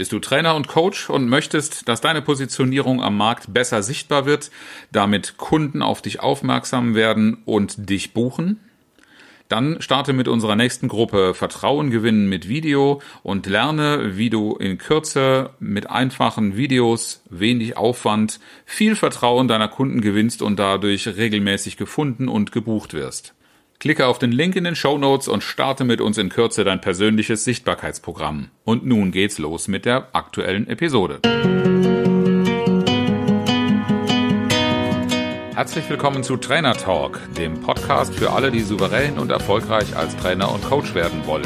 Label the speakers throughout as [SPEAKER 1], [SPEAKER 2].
[SPEAKER 1] Bist du Trainer und Coach und möchtest, dass deine Positionierung am Markt besser sichtbar wird, damit Kunden auf dich aufmerksam werden und dich buchen? Dann starte mit unserer nächsten Gruppe Vertrauen gewinnen mit Video und lerne, wie du in Kürze mit einfachen Videos, wenig Aufwand, viel Vertrauen deiner Kunden gewinnst und dadurch regelmäßig gefunden und gebucht wirst. Klicke auf den Link in den Shownotes und starte mit uns in Kürze dein persönliches Sichtbarkeitsprogramm. Und nun geht's los mit der aktuellen Episode. Herzlich willkommen zu Trainer Talk, dem Podcast für alle, die souverän und erfolgreich als Trainer und Coach werden wollen.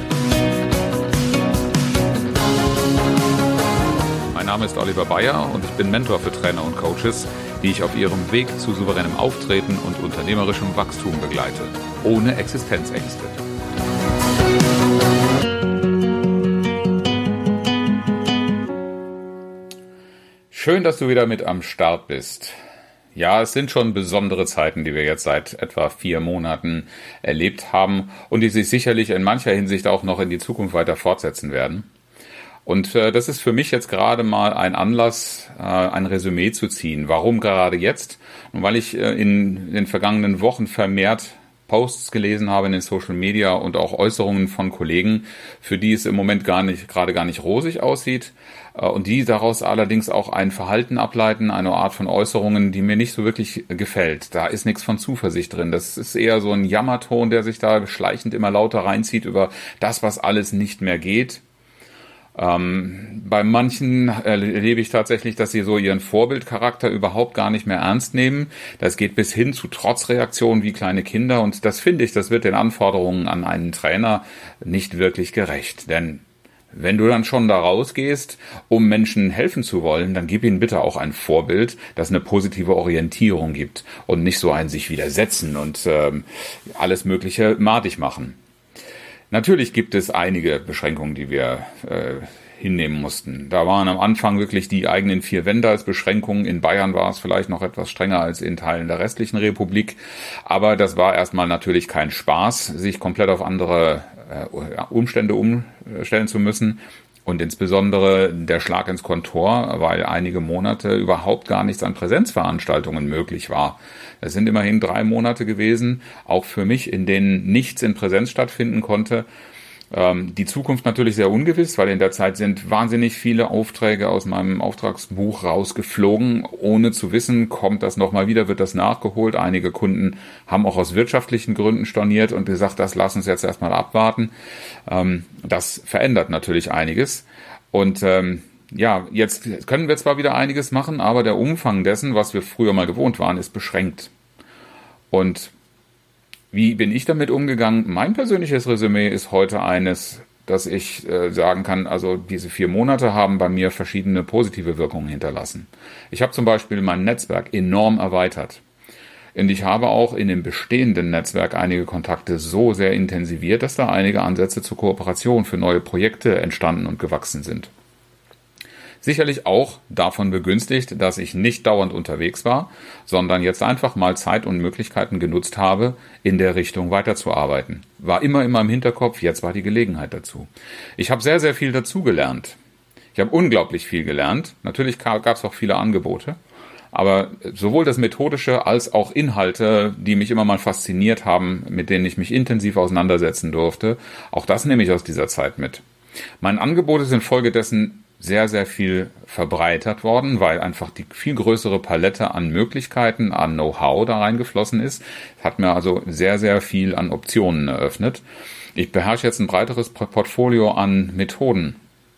[SPEAKER 1] Mein Name ist Oliver Bayer und ich bin Mentor für Trainer und Coaches, die ich auf ihrem Weg zu souveränem Auftreten und unternehmerischem Wachstum begleite, ohne Existenzängste. Schön, dass du wieder mit am Start bist. Ja, es sind schon besondere Zeiten, die wir jetzt seit etwa 4 Monaten erlebt haben und die sich sicherlich in mancher Hinsicht auch noch in die Zukunft weiter fortsetzen werden. Und das ist für mich jetzt gerade mal ein Anlass, ein Resümee zu ziehen. Warum gerade jetzt? Und weil ich in den vergangenen Wochen vermehrt Posts gelesen habe in den Social Media und auch Äußerungen von Kollegen, für die es im Moment gerade gar nicht rosig aussieht und die daraus allerdings auch ein Verhalten ableiten, eine Art von Äußerungen, die mir nicht so wirklich gefällt. Da ist nichts von Zuversicht drin. Das ist eher so ein Jammerton, der sich da schleichend immer lauter reinzieht über das, was alles nicht mehr geht. Bei manchen erlebe ich tatsächlich, dass sie so ihren Vorbildcharakter überhaupt gar nicht mehr ernst nehmen. Das geht bis hin zu Trotzreaktionen wie kleine Kinder und das finde ich, das wird den Anforderungen an einen Trainer nicht wirklich gerecht. Denn wenn du dann schon da rausgehst, um Menschen helfen zu wollen, dann gib ihnen bitte auch ein Vorbild, das eine positive Orientierung gibt und nicht so ein sich widersetzen und alles Mögliche madig machen. Natürlich gibt es einige Beschränkungen, die wir hinnehmen mussten. Da waren am Anfang wirklich die eigenen 4 Wände als Beschränkungen. In Bayern war es vielleicht noch etwas strenger als in Teilen der restlichen Republik. Aber das war erstmal natürlich kein Spaß, sich komplett auf andere Umstände umstellen zu müssen. Und insbesondere der Schlag ins Kontor, weil einige Monate überhaupt gar nichts an Präsenzveranstaltungen möglich war. Es sind immerhin 3 Monate gewesen, auch für mich, in denen nichts in Präsenz stattfinden konnte. Die Zukunft natürlich sehr ungewiss, weil in der Zeit sind wahnsinnig viele Aufträge aus meinem Auftragsbuch rausgeflogen, ohne zu wissen, kommt das nochmal wieder, wird das nachgeholt. Einige Kunden haben auch aus wirtschaftlichen Gründen storniert und gesagt, das lass uns jetzt erstmal abwarten. Das verändert natürlich einiges. Und jetzt können wir zwar wieder einiges machen, aber der Umfang dessen, was wir früher mal gewohnt waren, ist beschränkt. Und wie bin ich damit umgegangen? Mein persönliches Resümee ist heute eines, dass ich sagen kann, also diese 4 Monate haben bei mir verschiedene positive Wirkungen hinterlassen. Ich habe zum Beispiel mein Netzwerk enorm erweitert. Und ich habe auch in dem bestehenden Netzwerk einige Kontakte so sehr intensiviert, dass da einige Ansätze zur Kooperation für neue Projekte entstanden und gewachsen sind. Sicherlich auch davon begünstigt, dass ich nicht dauernd unterwegs war, sondern jetzt einfach mal Zeit und Möglichkeiten genutzt habe, in der Richtung weiterzuarbeiten. War immer im Hinterkopf, jetzt war die Gelegenheit dazu. Ich habe sehr, sehr viel dazugelernt. Ich habe unglaublich viel gelernt. Natürlich gab es auch viele Angebote. Aber sowohl das Methodische als auch Inhalte, die mich immer mal fasziniert haben, mit denen ich mich intensiv auseinandersetzen durfte, auch das nehme ich aus dieser Zeit mit. Mein Angebot ist infolgedessen sehr, sehr viel verbreitert worden, weil einfach die viel größere Palette an Möglichkeiten, an Know-how da reingeflossen ist. Hat mir also sehr, sehr viel an Optionen eröffnet. Ich beherrsche jetzt ein breiteres Portfolio an Methoden,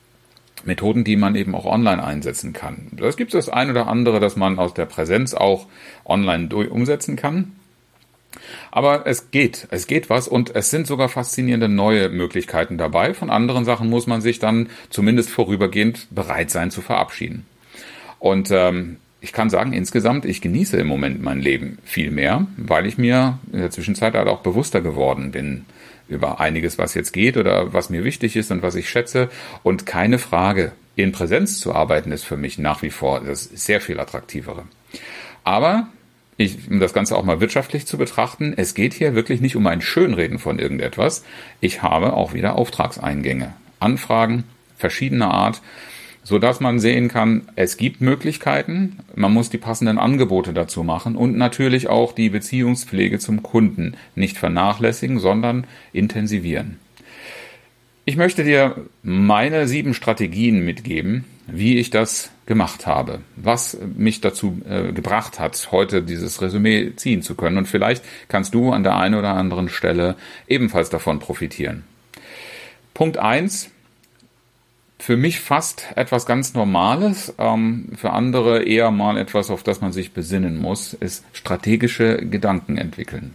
[SPEAKER 1] die man eben auch online einsetzen kann. Es gibt das ein oder andere, das man aus der Präsenz auch online umsetzen kann. Aber es geht was und es sind sogar faszinierende neue Möglichkeiten dabei. Von anderen Sachen muss man sich dann zumindest vorübergehend bereit sein zu verabschieden. Und ich kann sagen, insgesamt, ich genieße im Moment mein Leben viel mehr, weil ich mir in der Zwischenzeit halt auch bewusster geworden bin über einiges, was jetzt geht oder was mir wichtig ist und was ich schätze. Und keine Frage, in Präsenz zu arbeiten ist für mich nach wie vor das sehr viel attraktivere. Aber um das Ganze auch mal wirtschaftlich zu betrachten, es geht hier wirklich nicht um ein Schönreden von irgendetwas. Ich habe auch wieder Auftragseingänge, Anfragen verschiedener Art, sodass man sehen kann, es gibt Möglichkeiten, man muss die passenden Angebote dazu machen und natürlich auch die Beziehungspflege zum Kunden nicht vernachlässigen, sondern intensivieren. Ich möchte dir meine 7 Strategien mitgeben, wie ich das gemacht habe, was mich dazu gebracht hat, heute dieses Resümee ziehen zu können. Und vielleicht kannst du an der einen oder anderen Stelle ebenfalls davon profitieren. Punkt 1, für mich fast etwas ganz Normales, für andere eher mal etwas, auf das man sich besinnen muss, ist strategische Gedanken entwickeln.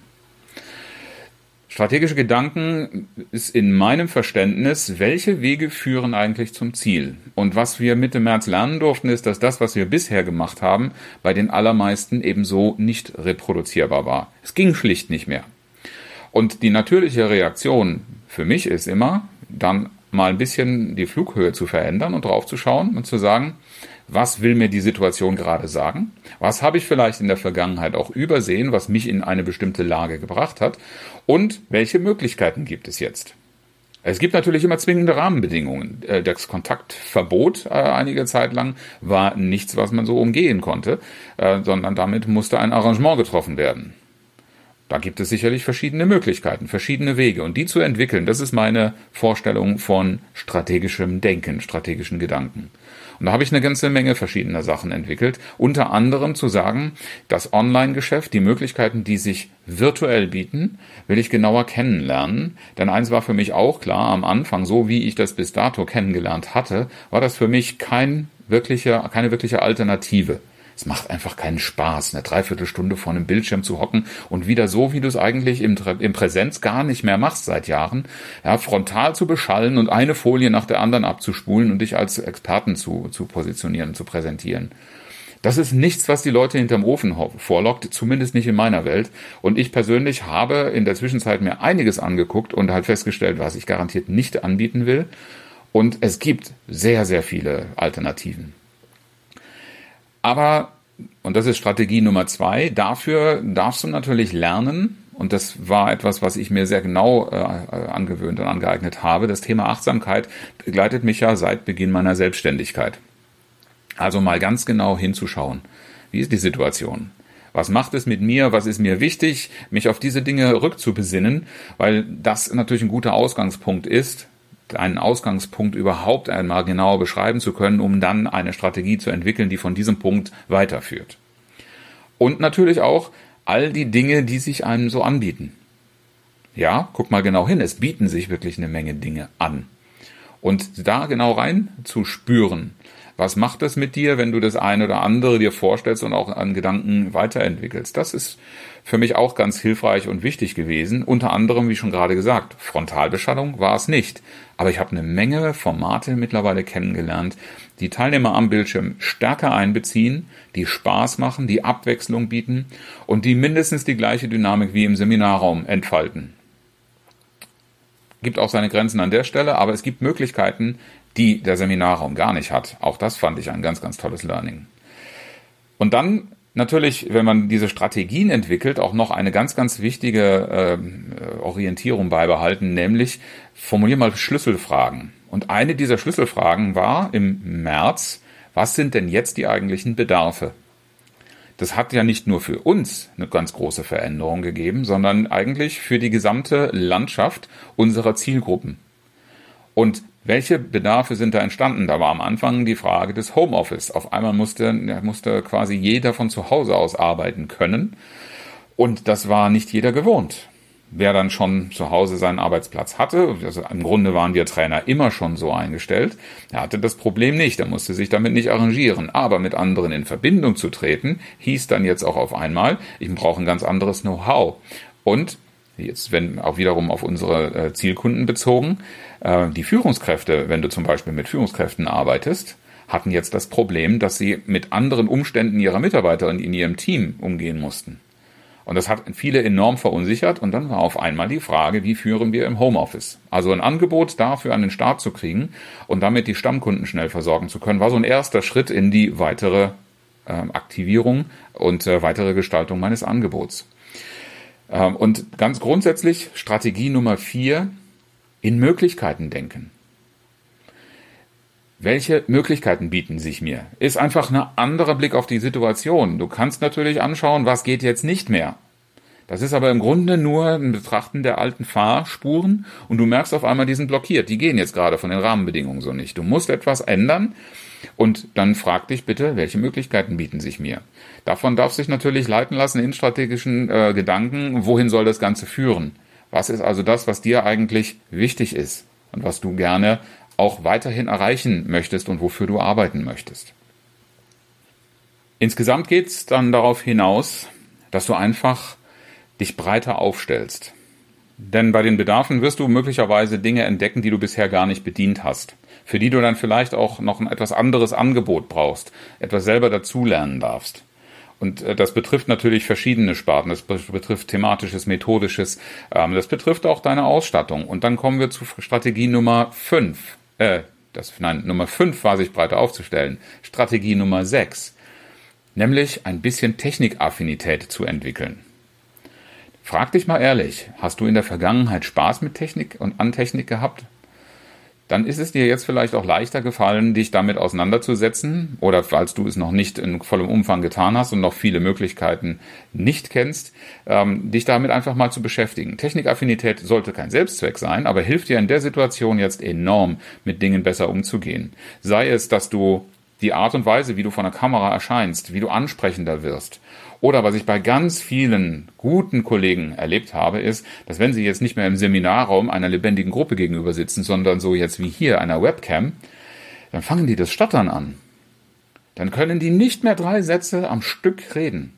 [SPEAKER 1] Strategische Gedanken ist in meinem Verständnis, welche Wege führen eigentlich zum Ziel? Und was wir Mitte März lernen durften, ist, dass das, was wir bisher gemacht haben, bei den allermeisten ebenso nicht reproduzierbar war. Es ging schlicht nicht mehr. Und die natürliche Reaktion für mich ist immer, dann mal ein bisschen die Flughöhe zu verändern und drauf zu schauen und zu sagen, was will mir die Situation gerade sagen? Was habe ich vielleicht in der Vergangenheit auch übersehen, was mich in eine bestimmte Lage gebracht hat? Und welche Möglichkeiten gibt es jetzt? Es gibt natürlich immer zwingende Rahmenbedingungen. Das Kontaktverbot einige Zeit lang war nichts, was man so umgehen konnte, sondern damit musste ein Arrangement getroffen werden. Da gibt es sicherlich verschiedene Möglichkeiten, verschiedene Wege. Und die zu entwickeln, das ist meine Vorstellung von strategischem Denken, strategischen Gedanken. Und da habe ich eine ganze Menge verschiedener Sachen entwickelt. Unter anderem zu sagen, das Online-Geschäft, die Möglichkeiten, die sich virtuell bieten, will ich genauer kennenlernen. Denn eins war für mich auch klar, am Anfang, so wie ich das bis dato kennengelernt hatte, war das für mich keine wirkliche Alternative. Es macht einfach keinen Spaß, eine Dreiviertelstunde vor einem Bildschirm zu hocken und wieder so, wie du es eigentlich im Präsenz gar nicht mehr machst seit Jahren, ja, frontal zu beschallen und eine Folie nach der anderen abzuspulen und dich als Experten zu positionieren, zu präsentieren. Das ist nichts, was die Leute hinterm Ofen vorlockt, zumindest nicht in meiner Welt. Und ich persönlich habe in der Zwischenzeit mir einiges angeguckt und halt festgestellt, was ich garantiert nicht anbieten will. Und es gibt sehr, sehr viele Alternativen. Aber, und das ist Strategie Nummer 2, dafür darfst du natürlich lernen, und das war etwas, was ich mir sehr genau angewöhnt und angeeignet habe. Das Thema Achtsamkeit begleitet mich ja seit Beginn meiner Selbstständigkeit. Also mal ganz genau hinzuschauen. Wie ist die Situation? Was macht es mit mir? Was ist mir wichtig? Mich auf diese Dinge rückzubesinnen, weil das natürlich ein guter Ausgangspunkt ist, einen Ausgangspunkt überhaupt einmal genau beschreiben zu können, um dann eine Strategie zu entwickeln, die von diesem Punkt weiterführt. Und natürlich auch all die Dinge, die sich einem so anbieten. Ja, guck mal genau hin, es bieten sich wirklich eine Menge Dinge an. Und da genau rein zu spüren, was macht es mit dir, wenn du das eine oder andere dir vorstellst und auch an Gedanken weiterentwickelst? Das ist für mich auch ganz hilfreich und wichtig gewesen. Unter anderem, wie schon gerade gesagt, Frontalbeschallung war es nicht. Aber ich habe eine Menge Formate mittlerweile kennengelernt, die Teilnehmer am Bildschirm stärker einbeziehen, die Spaß machen, die Abwechslung bieten und die mindestens die gleiche Dynamik wie im Seminarraum entfalten. Gibt auch seine Grenzen an der Stelle, aber es gibt Möglichkeiten, die der Seminarraum gar nicht hat. Auch das fand ich ein ganz, ganz tolles Learning. Und dann natürlich, wenn man diese Strategien entwickelt, auch noch eine ganz, ganz wichtige Orientierung beibehalten, nämlich formulier mal Schlüsselfragen. Und eine dieser Schlüsselfragen war im März, was sind denn jetzt die eigentlichen Bedarfe? Das hat ja nicht nur für uns eine ganz große Veränderung gegeben, sondern eigentlich für die gesamte Landschaft unserer Zielgruppen. Und welche Bedarfe sind da entstanden? Da war am Anfang die Frage des Homeoffice. Auf einmal musste quasi jeder von zu Hause aus arbeiten können. Und das war nicht jeder gewohnt. Wer dann schon zu Hause seinen Arbeitsplatz hatte, also im Grunde waren wir Trainer immer schon so eingestellt, er hatte das Problem nicht, er musste sich damit nicht arrangieren. Aber mit anderen in Verbindung zu treten, hieß dann jetzt auch auf einmal, ich brauche ein ganz anderes Know-how. Und jetzt, wenn auch wiederum auf unsere Zielkunden bezogen, die Führungskräfte, wenn du zum Beispiel mit Führungskräften arbeitest, hatten jetzt das Problem, dass sie mit anderen Umständen ihrer Mitarbeiter in ihrem Team umgehen mussten. Und das hat viele enorm verunsichert. Und dann war auf einmal die Frage, wie führen wir im Homeoffice? Also ein Angebot dafür an den Start zu kriegen und damit die Stammkunden schnell versorgen zu können, war so ein erster Schritt in die weitere Aktivierung und weitere Gestaltung meines Angebots. Und ganz grundsätzlich Strategie Nummer 4, in Möglichkeiten denken. Welche Möglichkeiten bieten sich mir? Ist einfach ein anderer Blick auf die Situation. Du kannst natürlich anschauen, was geht jetzt nicht mehr. Das ist aber im Grunde nur ein Betrachten der alten Fahrspuren und du merkst auf einmal, die sind blockiert. Die gehen jetzt gerade von den Rahmenbedingungen so nicht. Du musst etwas ändern und dann frag dich bitte, welche Möglichkeiten bieten sich mir? Davon darfst du dich natürlich leiten lassen in strategischen Gedanken. Wohin soll das Ganze führen? Was ist also das, was dir eigentlich wichtig ist und was du gerne auch weiterhin erreichen möchtest und wofür du arbeiten möchtest? Insgesamt geht es dann darauf hinaus, dass du einfach dich breiter aufstellst. Denn bei den Bedarfen wirst du möglicherweise Dinge entdecken, die du bisher gar nicht bedient hast, für die du dann vielleicht auch noch ein etwas anderes Angebot brauchst, etwas selber dazulernen darfst. Und das betrifft natürlich verschiedene Sparten, das betrifft thematisches, methodisches, das betrifft auch deine Ausstattung. Und dann kommen wir zu Strategie Nummer 5. Nummer 5 war, sich breiter aufzustellen. Strategie Nummer 6, nämlich ein bisschen Technikaffinität zu entwickeln. Frag dich mal ehrlich, hast du in der Vergangenheit Spaß mit Technik und an Technik gehabt? Dann ist es dir jetzt vielleicht auch leichter gefallen, dich damit auseinanderzusetzen oder falls du es noch nicht in vollem Umfang getan hast und noch viele Möglichkeiten nicht kennst, dich damit einfach mal zu beschäftigen. Technikaffinität sollte kein Selbstzweck sein, aber hilft dir in der Situation jetzt enorm, mit Dingen besser umzugehen. Sei es, dass du die Art und Weise, wie du vor der Kamera erscheinst, wie du ansprechender wirst. Oder was ich bei ganz vielen guten Kollegen erlebt habe, ist, dass wenn sie jetzt nicht mehr im Seminarraum einer lebendigen Gruppe gegenüber sitzen, sondern so jetzt wie hier einer Webcam, dann fangen die das Stottern an. Dann können die nicht mehr 3 Sätze am Stück reden.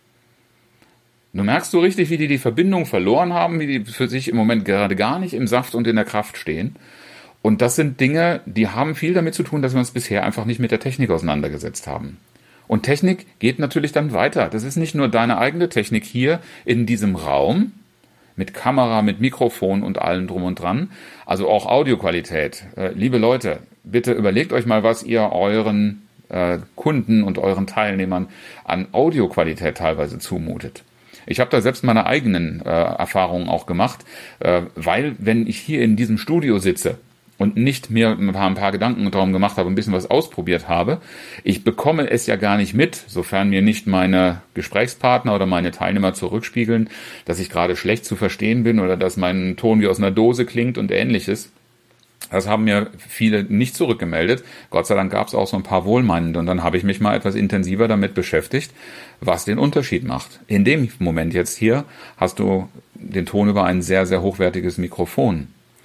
[SPEAKER 1] Du merkst so richtig, wie die Verbindung verloren haben, wie die für sich im Moment gerade gar nicht im Saft und in der Kraft stehen. Und das sind Dinge, die haben viel damit zu tun, dass wir uns bisher einfach nicht mit der Technik auseinandergesetzt haben. Und Technik geht natürlich dann weiter. Das ist nicht nur deine eigene Technik hier in diesem Raum, mit Kamera, mit Mikrofon und allem drum und dran, also auch Audioqualität. Liebe Leute, bitte überlegt euch mal, was ihr euren Kunden und euren Teilnehmern an Audioqualität teilweise zumutet. Ich habe da selbst meine eigenen Erfahrungen auch gemacht, weil wenn ich hier in diesem Studio sitze, und nicht mir ein paar Gedanken darum gemacht habe, ein bisschen was ausprobiert habe. Ich bekomme es ja gar nicht mit, sofern mir nicht meine Gesprächspartner oder meine Teilnehmer zurückspiegeln, dass ich gerade schlecht zu verstehen bin oder dass mein Ton wie aus einer Dose klingt und ähnliches. Das haben mir viele nicht zurückgemeldet. Gott sei Dank gab es auch so ein paar Wohlmeinende und dann habe ich mich mal etwas intensiver damit beschäftigt, was den Unterschied macht. In dem Moment jetzt hier hast du den Ton über ein sehr, sehr hochwertiges Mikrofon.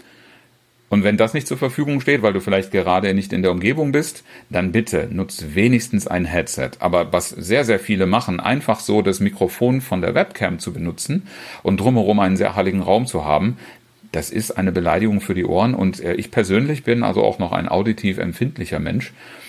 [SPEAKER 1] Und wenn das nicht zur Verfügung steht, weil du vielleicht gerade nicht in der Umgebung bist, dann bitte nutzt wenigstens ein Headset. Aber was sehr, sehr viele machen, einfach so das Mikrofon von der Webcam zu benutzen und drumherum einen sehr halligen Raum zu haben, das ist eine Beleidigung für die Ohren. Und ich persönlich bin also auch noch ein auditiv empfindlicher Mensch.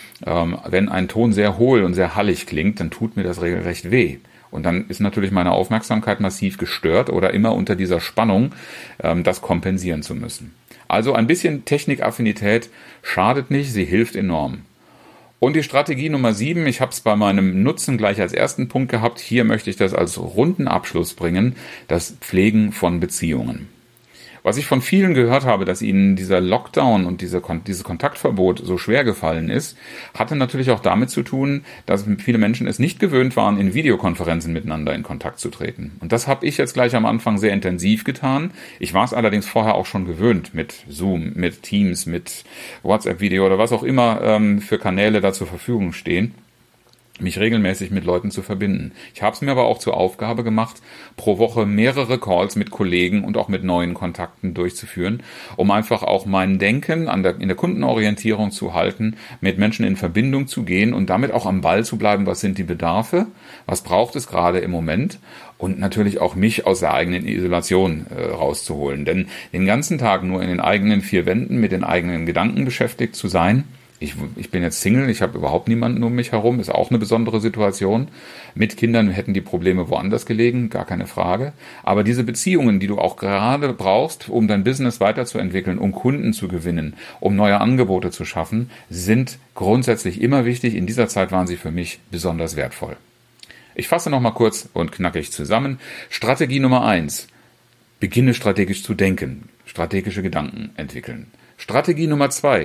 [SPEAKER 1] Wenn ein Ton sehr hohl und sehr hallig klingt, dann tut mir das regelrecht weh. Und dann ist natürlich meine Aufmerksamkeit massiv gestört oder immer unter dieser Spannung, das kompensieren zu müssen. Also ein bisschen Technikaffinität schadet nicht, sie hilft enorm. Und die Strategie Nummer 7, ich habe es bei meinem Nutzen gleich als ersten Punkt gehabt, hier möchte ich das als runden Abschluss bringen, das Pflegen von Beziehungen. Was ich von vielen gehört habe, dass ihnen dieser Lockdown und dieses Kontaktverbot so schwer gefallen ist, hatte natürlich auch damit zu tun, dass viele Menschen es nicht gewöhnt waren, in Videokonferenzen miteinander in Kontakt zu treten. Und das habe ich jetzt gleich am Anfang sehr intensiv getan. Ich war es allerdings vorher auch schon gewöhnt mit Zoom, mit Teams, mit WhatsApp-Video oder was auch immer für Kanäle da zur Verfügung stehen, mich regelmäßig mit Leuten zu verbinden. Ich habe es mir aber auch zur Aufgabe gemacht, pro Woche mehrere Calls mit Kollegen und auch mit neuen Kontakten durchzuführen, um einfach auch mein Denken in der Kundenorientierung zu halten, mit Menschen in Verbindung zu gehen und damit auch am Ball zu bleiben, was sind die Bedarfe, was braucht es gerade im Moment und natürlich auch mich aus der eigenen Isolation rauszuholen. Denn den ganzen Tag nur in den eigenen 4 Wänden mit den eigenen Gedanken beschäftigt zu sein, ich bin jetzt Single, ich habe überhaupt niemanden um mich herum, ist auch eine besondere Situation. Mit Kindern hätten die Probleme woanders gelegen, gar keine Frage. Aber diese Beziehungen, die du auch gerade brauchst, um dein Business weiterzuentwickeln, um Kunden zu gewinnen, um neue Angebote zu schaffen, sind grundsätzlich immer wichtig. In dieser Zeit waren sie für mich besonders wertvoll. Ich fasse nochmal kurz und knackig zusammen. Strategie Nummer 1. Beginne strategisch zu denken, strategische Gedanken entwickeln. Strategie Nummer 2.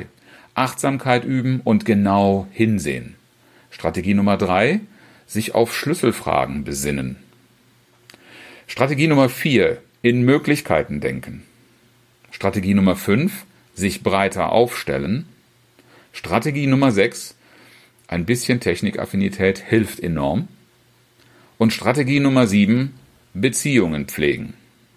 [SPEAKER 1] Achtsamkeit üben und genau hinsehen. Strategie Nummer 3, sich auf Schlüsselfragen besinnen. Strategie Nummer 4, in Möglichkeiten denken. Strategie Nummer 5, sich breiter aufstellen. Strategie Nummer 6, ein bisschen Technikaffinität hilft enorm. Und Strategie Nummer 7, Beziehungen pflegen.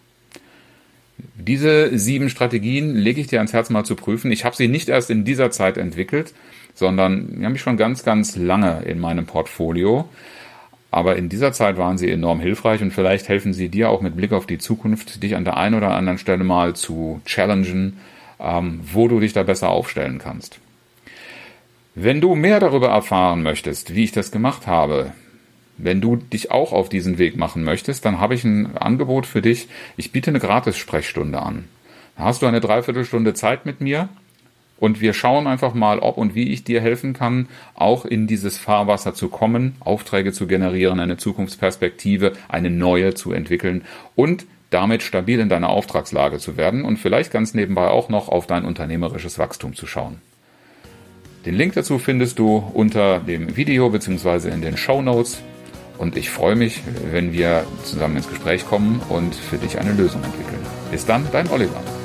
[SPEAKER 1] Diese 7 Strategien lege ich dir ans Herz mal zu prüfen. Ich habe sie nicht erst in dieser Zeit entwickelt, sondern die haben mich schon ganz, ganz lange in meinem Portfolio. Aber in dieser Zeit waren sie enorm hilfreich und vielleicht helfen sie dir auch mit Blick auf die Zukunft, dich an der einen oder anderen Stelle mal zu challengen, wo du dich da besser aufstellen kannst. Wenn du mehr darüber erfahren möchtest, wie ich das gemacht habe, wenn du dich auch auf diesen Weg machen möchtest, dann habe ich ein Angebot für dich. Ich biete eine Gratis-Sprechstunde an. Da hast du eine Dreiviertelstunde Zeit mit mir und wir schauen einfach mal, ob und wie ich dir helfen kann, auch in dieses Fahrwasser zu kommen, Aufträge zu generieren, eine Zukunftsperspektive, eine neue zu entwickeln und damit stabil in deiner Auftragslage zu werden und vielleicht ganz nebenbei auch noch auf dein unternehmerisches Wachstum zu schauen. Den Link dazu findest du unter dem Video bzw. in den Shownotes. Und ich freue mich, wenn wir zusammen ins Gespräch kommen und für dich eine Lösung entwickeln. Bis dann, dein Oliver.